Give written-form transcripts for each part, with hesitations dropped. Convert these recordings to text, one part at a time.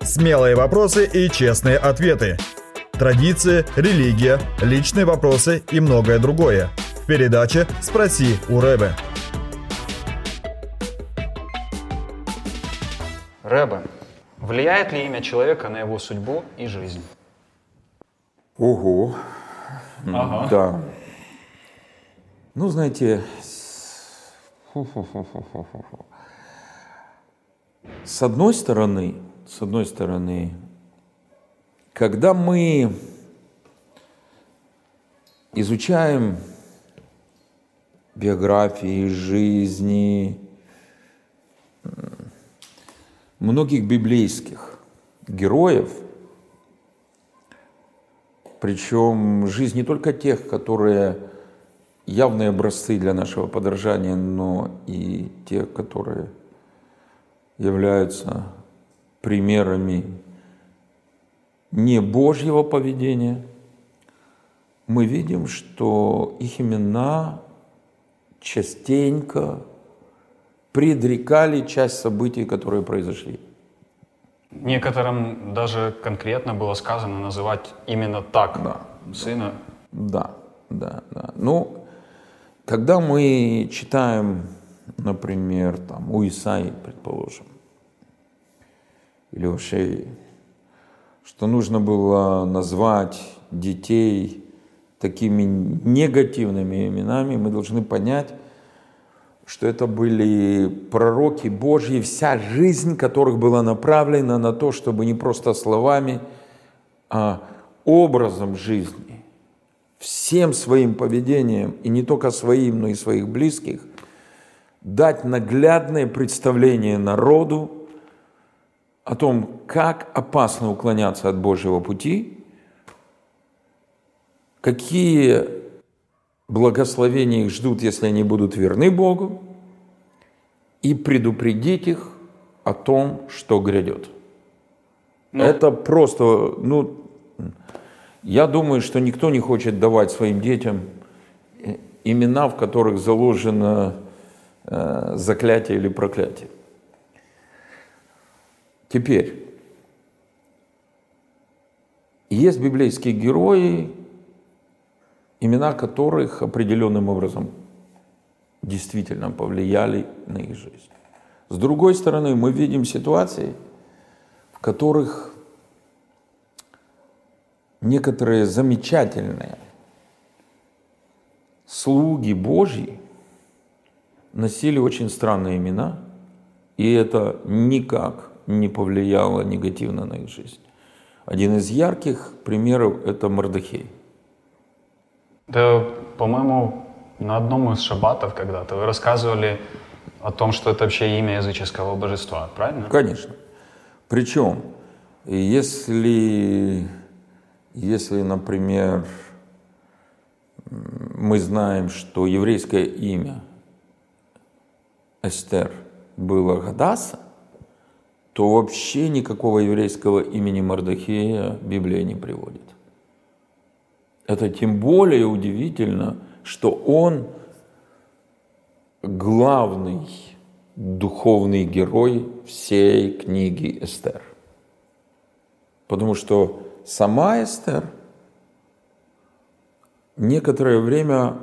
Смелые вопросы и честные ответы. Традиции, религия, личные вопросы и многое другое. В передаче «Спроси у Ребе». Ребе, влияет ли имя человека на его судьбу и жизнь? Ого. Ага. Да. Ну, знаете, с одной стороны, когда мы изучаем биографии, жизни многих библейских героев, причем жизнь не только тех, которые явные образцы для нашего подражания, но и тех, которые являются примерами не Божьего поведения, мы видим, что их имена частенько предрекали часть событий, которые произошли. Некоторым даже конкретно было сказано называть именно так сына. Да. Ну, когда мы читаем, например, у Исаии, предположим, или у Ошеи, что нужно было назвать детей такими негативными именами, мы должны понять, что это были пророки Божьи, вся жизнь которых была направлена на то, чтобы не просто словами, а образом жизни, всем своим поведением, и не только своим, но и своих близких, дать наглядное представление народу о том, как опасно уклоняться от Божьего пути, какие благословения их ждут, если они будут верны Богу, и предупредить их о том, что грядет. Это просто, я думаю, что никто не хочет давать своим детям имена, в которых заложено заклятие или проклятие. Теперь, есть библейские герои, имена которых определенным образом действительно повлияли на их жизнь. С другой стороны, мы видим ситуации, в которых некоторые замечательные слуги Божьи носили очень странные имена, и это никак не повлияло негативно на их жизнь. Один из ярких примеров – это Мордехей. Да, по-моему, на одном из шаббатов когда-то вы рассказывали о том, что это вообще имя языческого божества, правильно? Конечно. Причем, если, например, мы знаем, что еврейское имя Эстер было Гадаса, то вообще никакого еврейского имени Мордехея Библия не приводит. Это тем более удивительно, что он главный духовный герой всей книги Эстер. Потому что сама Эстер некоторое время,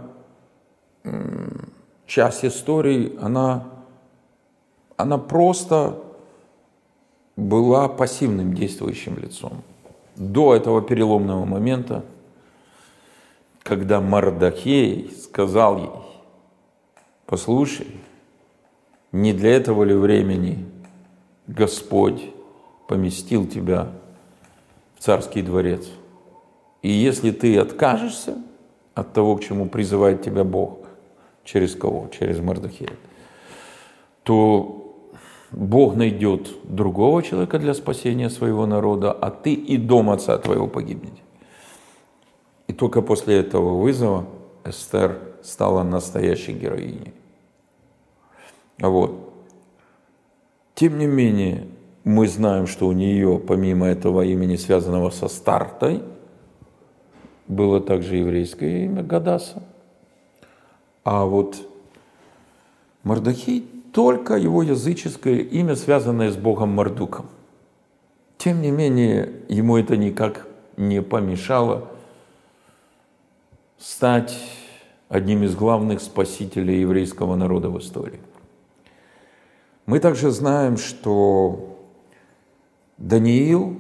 часть истории, она просто была пассивным действующим лицом. До этого переломного момента, когда Мордехей сказал ей: послушай, не для этого ли времени Господь поместил тебя в царский дворец? И если ты откажешься от того, к чему призывает тебя Бог, через кого? Через Мордехея, то Бог найдет другого человека для спасения своего народа, а ты и дом отца твоего погибнете. И только после этого вызова Эстер стала настоящей героиней. Тем не менее, мы знаем, что у нее, помимо этого имени, связанного со Стартой, было также еврейское имя Гадаса. А Мордехей только его языческое имя, связанное с богом Мардуком. Тем не менее, ему это никак не помешало стать одним из главных спасителей еврейского народа в истории. Мы также знаем, что Даниэль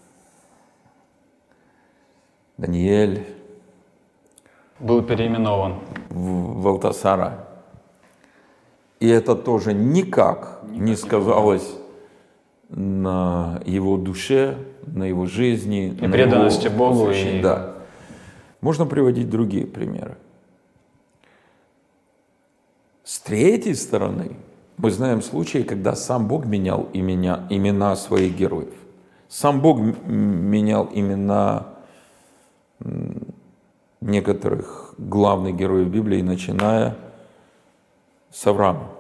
был переименован в Валтасара. И это тоже никак не сказалось на его душе, на его жизни. И преданности Богу. Да. Можно приводить другие примеры. С третьей стороны, мы знаем случаи, когда сам Бог менял имена своих героев. Сам Бог менял имена некоторых главных героев Библии, начиная с Авраама.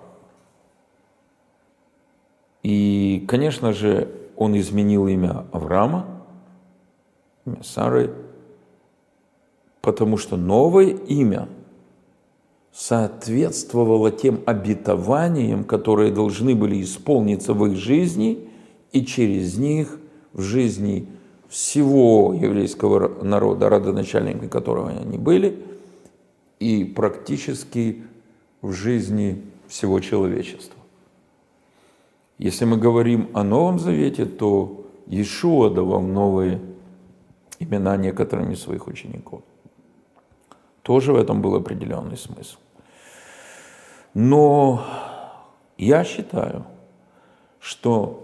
И, конечно же, он изменил имя Авраама, имя Сары, потому что новое имя соответствовало тем обетованиям, которые должны были исполниться в их жизни и через них в жизни всего еврейского народа, родоначальниками которого они были, и практически в жизни всего человечества. Если мы говорим о Новом Завете, то Иешуа давал новые имена некоторым из своих учеников. Тоже в этом был определенный смысл. Но я считаю, что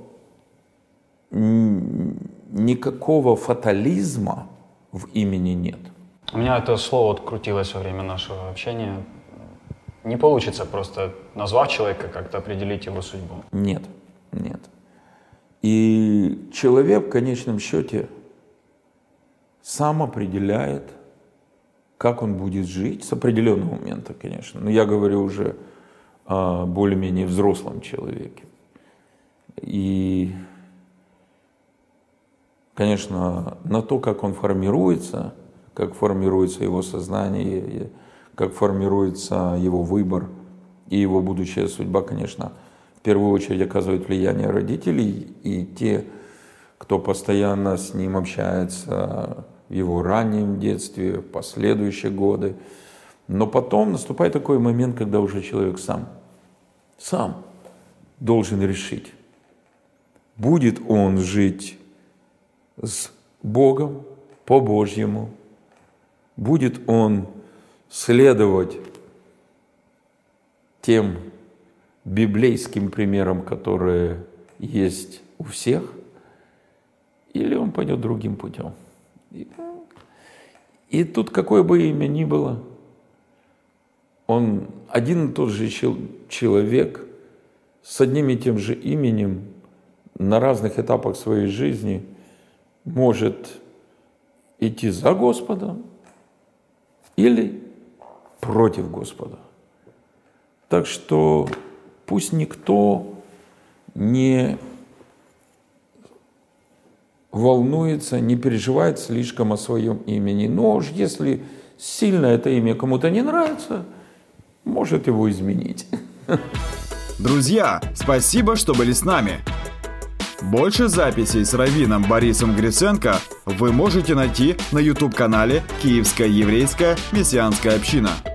никакого фатализма в имени нет. У меня это слово открутилось во время нашего общения. Не получится просто, назвав человека, как-то определить его судьбу. Нет. И человек в конечном счете сам определяет, как он будет жить, с определенного момента, конечно. Но я говорю уже о более-менее взрослом человеке. И, конечно, на то, как он формируется, как формируется его сознание, как формируется его выбор и его будущая судьба, конечно, в первую очередь оказывает влияние родителей и те, кто постоянно с ним общается в его раннем детстве, в последующие годы. Но потом наступает такой момент, когда уже человек сам должен решить, будет он жить с Богом по-божьему, будет он следовать тем библейским примерам, которые есть у всех, или он пойдет другим путем. И тут какое бы имя ни было, он один и тот же человек с одним и тем же именем на разных этапах своей жизни может идти за Господом или против Господа. Так что пусть никто не волнуется, не переживает слишком о своем имени. Но уж если сильно это имя кому-то не нравится, может его изменить. Друзья, спасибо, что были с нами. Больше записей с раввином Борисом Гриценко вы можете найти на YouTube-канале «Киевская еврейская мессианская община».